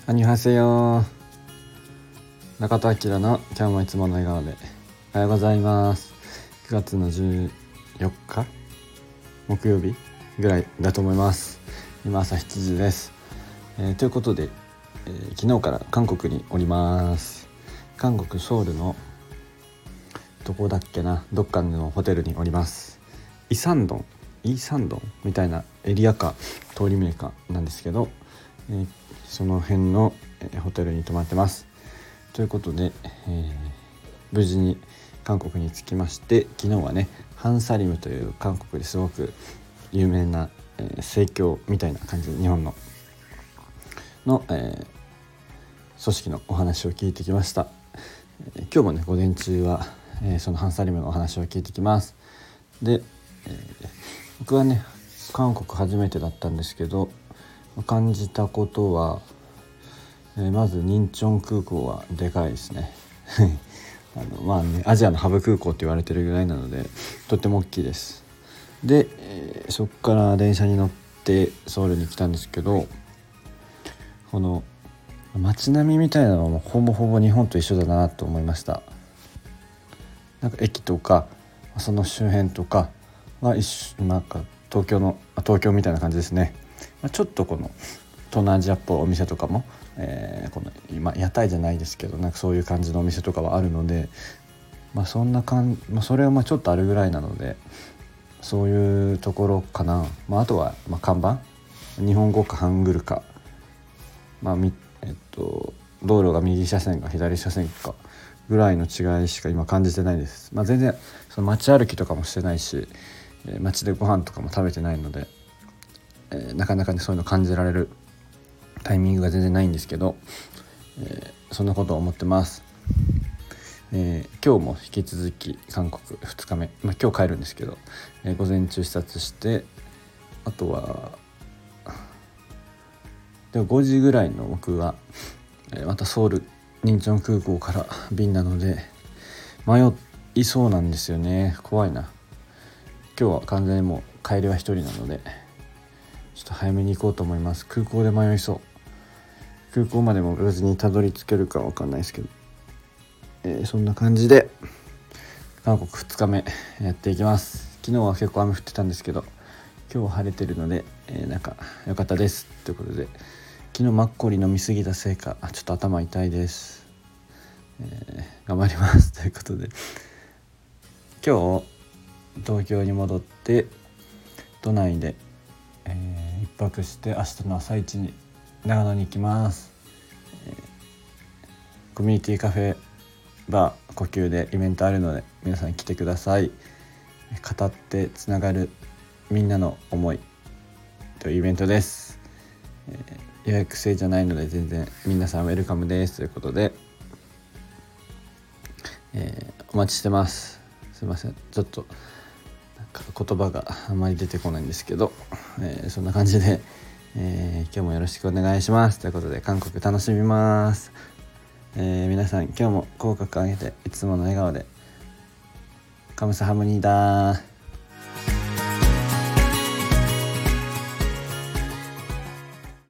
アニョハセヨ、中田明の今日もいつもの笑顔で。おはようございます。9月の14日木曜日ぐらいだと思います。今朝7時です。ということで、昨日から韓国におります。韓国ソウルのどこだっけな、どっかのホテルにおります。イサンドンみたいなエリアか通り名かなんですけど、その辺のホテルに泊まってます。ということで、無事に韓国に着きまして、昨日はねハンサリムという韓国ですごく有名な、正教みたいな感じで日本の、組織のお話を聞いてきました。今日もね午前中は、そのハンサリムのお話を聞いてきます。で、僕はね韓国初めてだったんですけど、感じたことは、まず仁川空港はでかいですねアジアのハブ空港って言われてるぐらいなのでとっても大きいです。で、そこから電車に乗ってソウルに来たんですけど、この街並みみたいなのもほぼほぼ日本と一緒だなと思いました。なんか駅とかその周辺とかはなんか東京みたいな感じですね。ちょっとこの東南アジアっぽいお店とかも、この今屋台じゃないですけどなんかそういう感じのお店とかはあるので、それはちょっとあるぐらいなのでそういうところかな。あとは看板日本語かハングルか、道路が右車線か左車線かぐらいの違いしか今感じてないです。全然その街歩きとかもしてないし、街でご飯とかも食べてないので、なかなかねそういうの感じられるタイミングが全然ないんですけど、そんなことを思ってます。今日も引き続き韓国2日目、今日帰るんですけど、午前中視察して、あとはでも5時ぐらいの僕は、またソウル仁川空港から便なので迷いそうなんですよね。怖いな。今日は完全にもう帰りは一人なのでちょっと早めに行こうと思います。空港で迷いそう。空港までも別にたどり着けるか分かんないですけど、そんな感じで韓国2日目やっていきます。昨日は結構雨降ってたんですけど今日は晴れてるので、なんか良かったですということで、昨日マッコリ飲みすぎたせいかちょっと頭痛いです。頑張りますということで、今日東京に戻って都内で、一泊して明日の朝一に長野に行きます。コミュニティカフェバー呼吸でイベントあるので皆さん来てください。語ってつながるみんなの思いというイベントです。予約制じゃないので全然皆さんウェルカムですということで、お待ちしてます。すいません、ちょっとなんか言葉があまり出てこないんですけど、そんな感じで、今日もよろしくお願いしますということで、韓国楽しみます。皆さん今日も口角上げていつもの笑顔でカムサハムニダー。